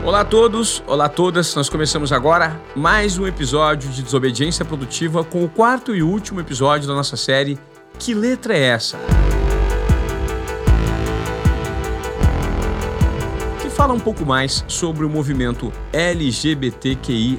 Olá a todos, olá a todas, nós começamos agora mais um episódio de Desobediência Produtiva com o quarto e último episódio da nossa série Que Letra é Essa? Que fala um pouco mais sobre o movimento LGBTQIA+.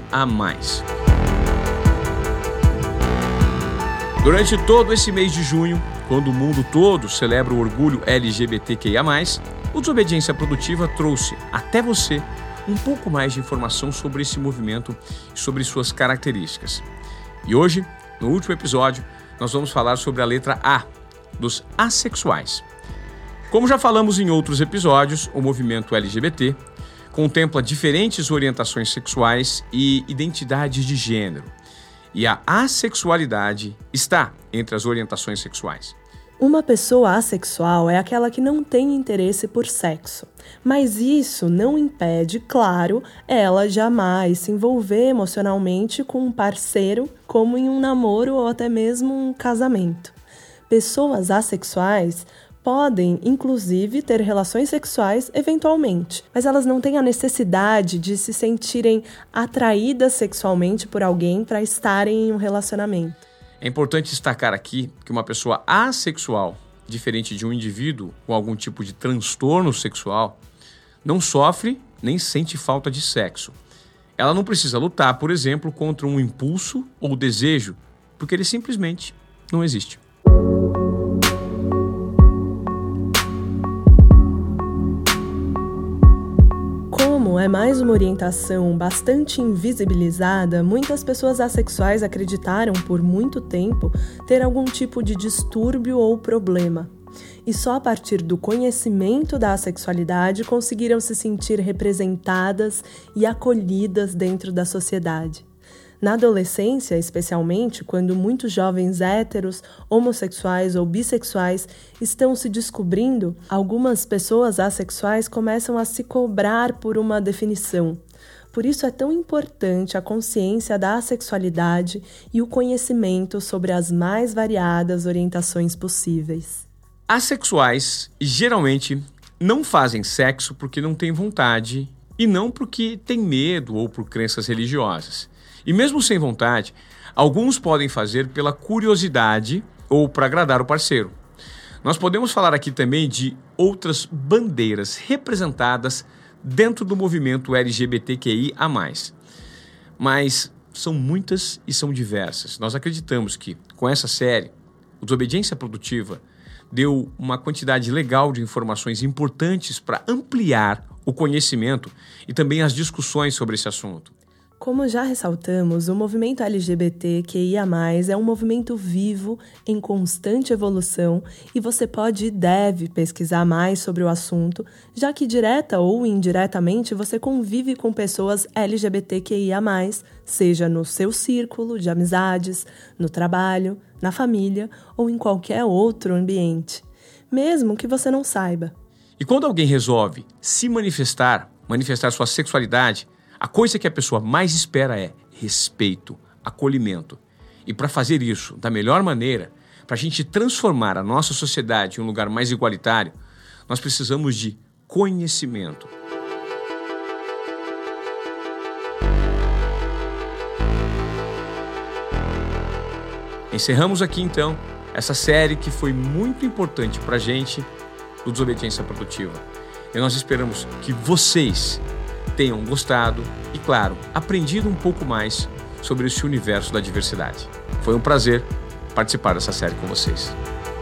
Durante todo esse mês de junho, quando o mundo todo celebra o orgulho LGBTQIA+, o Desobediência Produtiva trouxe até você um pouco mais de informação sobre esse movimento e sobre suas características. E hoje, no último episódio, nós vamos falar sobre a letra A, dos assexuais. Como já falamos em outros episódios, o movimento LGBT contempla diferentes orientações sexuais e identidades de gênero. E a assexualidade está entre as orientações sexuais. Uma pessoa assexual é aquela que não tem interesse por sexo, mas isso não impede, claro, ela jamais se envolver emocionalmente com um parceiro, como em um namoro ou até mesmo um casamento. Pessoas assexuais podem, inclusive, ter relações sexuais eventualmente, mas elas não têm a necessidade de se sentirem atraídas sexualmente por alguém para estarem em um relacionamento. É importante destacar aqui que uma pessoa assexual, diferente de um indivíduo com algum tipo de transtorno sexual, não sofre nem sente falta de sexo. Ela não precisa lutar, por exemplo, contra um impulso ou desejo, porque ele simplesmente não existe. Como é mais uma orientação bastante invisibilizada, muitas pessoas assexuais acreditaram por muito tempo ter algum tipo de distúrbio ou problema. E só a partir do conhecimento da assexualidade conseguiram se sentir representadas e acolhidas dentro da sociedade. Na adolescência, especialmente, quando muitos jovens héteros, homossexuais ou bissexuais estão se descobrindo, algumas pessoas assexuais começam a se cobrar por uma definição. Por isso é tão importante a consciência da assexualidade e o conhecimento sobre as mais variadas orientações possíveis. Assexuais geralmente não fazem sexo porque não têm vontade e não porque têm medo ou por crenças religiosas. E mesmo sem vontade, alguns podem fazer pela curiosidade ou para agradar o parceiro. Nós podemos falar aqui também de outras bandeiras representadas dentro do movimento LGBTQIA+. Mas são muitas e são diversas. Nós acreditamos que, com essa série, o Desobediência Produtiva deu uma quantidade legal de informações importantes para ampliar o conhecimento e também as discussões sobre esse assunto. Como já ressaltamos, o movimento LGBTQIA+, é um movimento vivo, em constante evolução, e você pode e deve pesquisar mais sobre o assunto, já que direta ou indiretamente você convive com pessoas LGBTQIA+, seja no seu círculo de amizades, no trabalho, na família ou em qualquer outro ambiente, mesmo que você não saiba. E quando alguém resolve se manifestar sua sexualidade, a coisa que a pessoa mais espera é respeito, acolhimento. E para fazer isso da melhor maneira, para a gente transformar a nossa sociedade em um lugar mais igualitário, nós precisamos de conhecimento. Encerramos aqui então essa série que foi muito importante para a gente do Desobediência Produtiva. E nós esperamos que vocês tenham gostado e, claro, aprendido um pouco mais sobre esse universo da diversidade. Foi um prazer participar dessa série com vocês.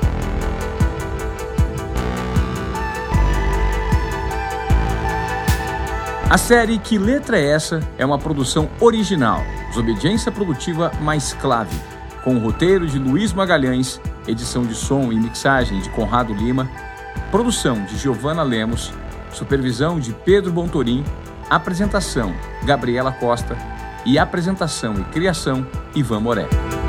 A série Que Letra é Essa? É uma produção original, Desobediência Produtiva mais Clave, com o roteiro de Luiz Magalhães, edição de som e mixagem de Conrado Lima, produção de Giovana Lemos, supervisão de Pedro Bontorim, apresentação Gabriela Costa e apresentação e criação Ivan Moré.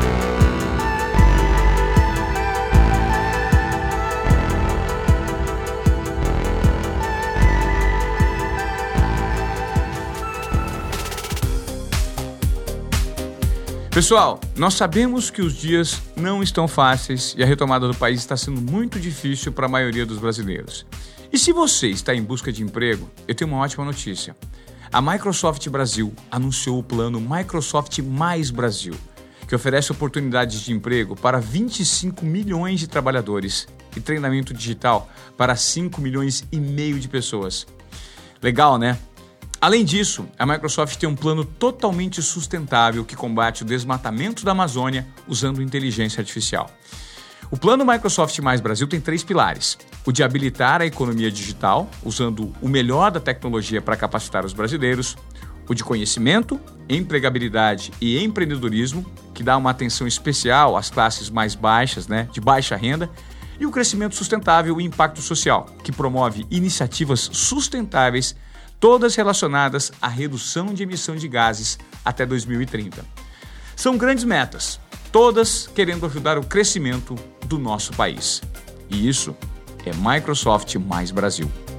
Pessoal, nós sabemos que os dias não estão fáceis e a retomada do país está sendo muito difícil para a maioria dos brasileiros. E se você está em busca de emprego, eu tenho uma ótima notícia. a Microsoft Brasil anunciou o plano Microsoft Mais Brasil, que oferece oportunidades de emprego para 25 milhões de trabalhadores e treinamento digital para 5 milhões e meio de pessoas. Legal, né? Além disso, a Microsoft tem um plano totalmente sustentável que combate o desmatamento da Amazônia usando inteligência artificial. O plano Microsoft Mais Brasil tem 3 pilares: o de habilitar a economia digital, usando o melhor da tecnologia para capacitar os brasileiros, o de conhecimento, empregabilidade e empreendedorismo, que dá uma atenção especial às classes mais baixas, de baixa renda, e o crescimento sustentável e impacto social, que promove iniciativas sustentáveis, todas relacionadas à redução de emissão de gases até 2030. São grandes metas, todas querendo ajudar o crescimento do nosso país. E isso é Microsoft Mais Brasil.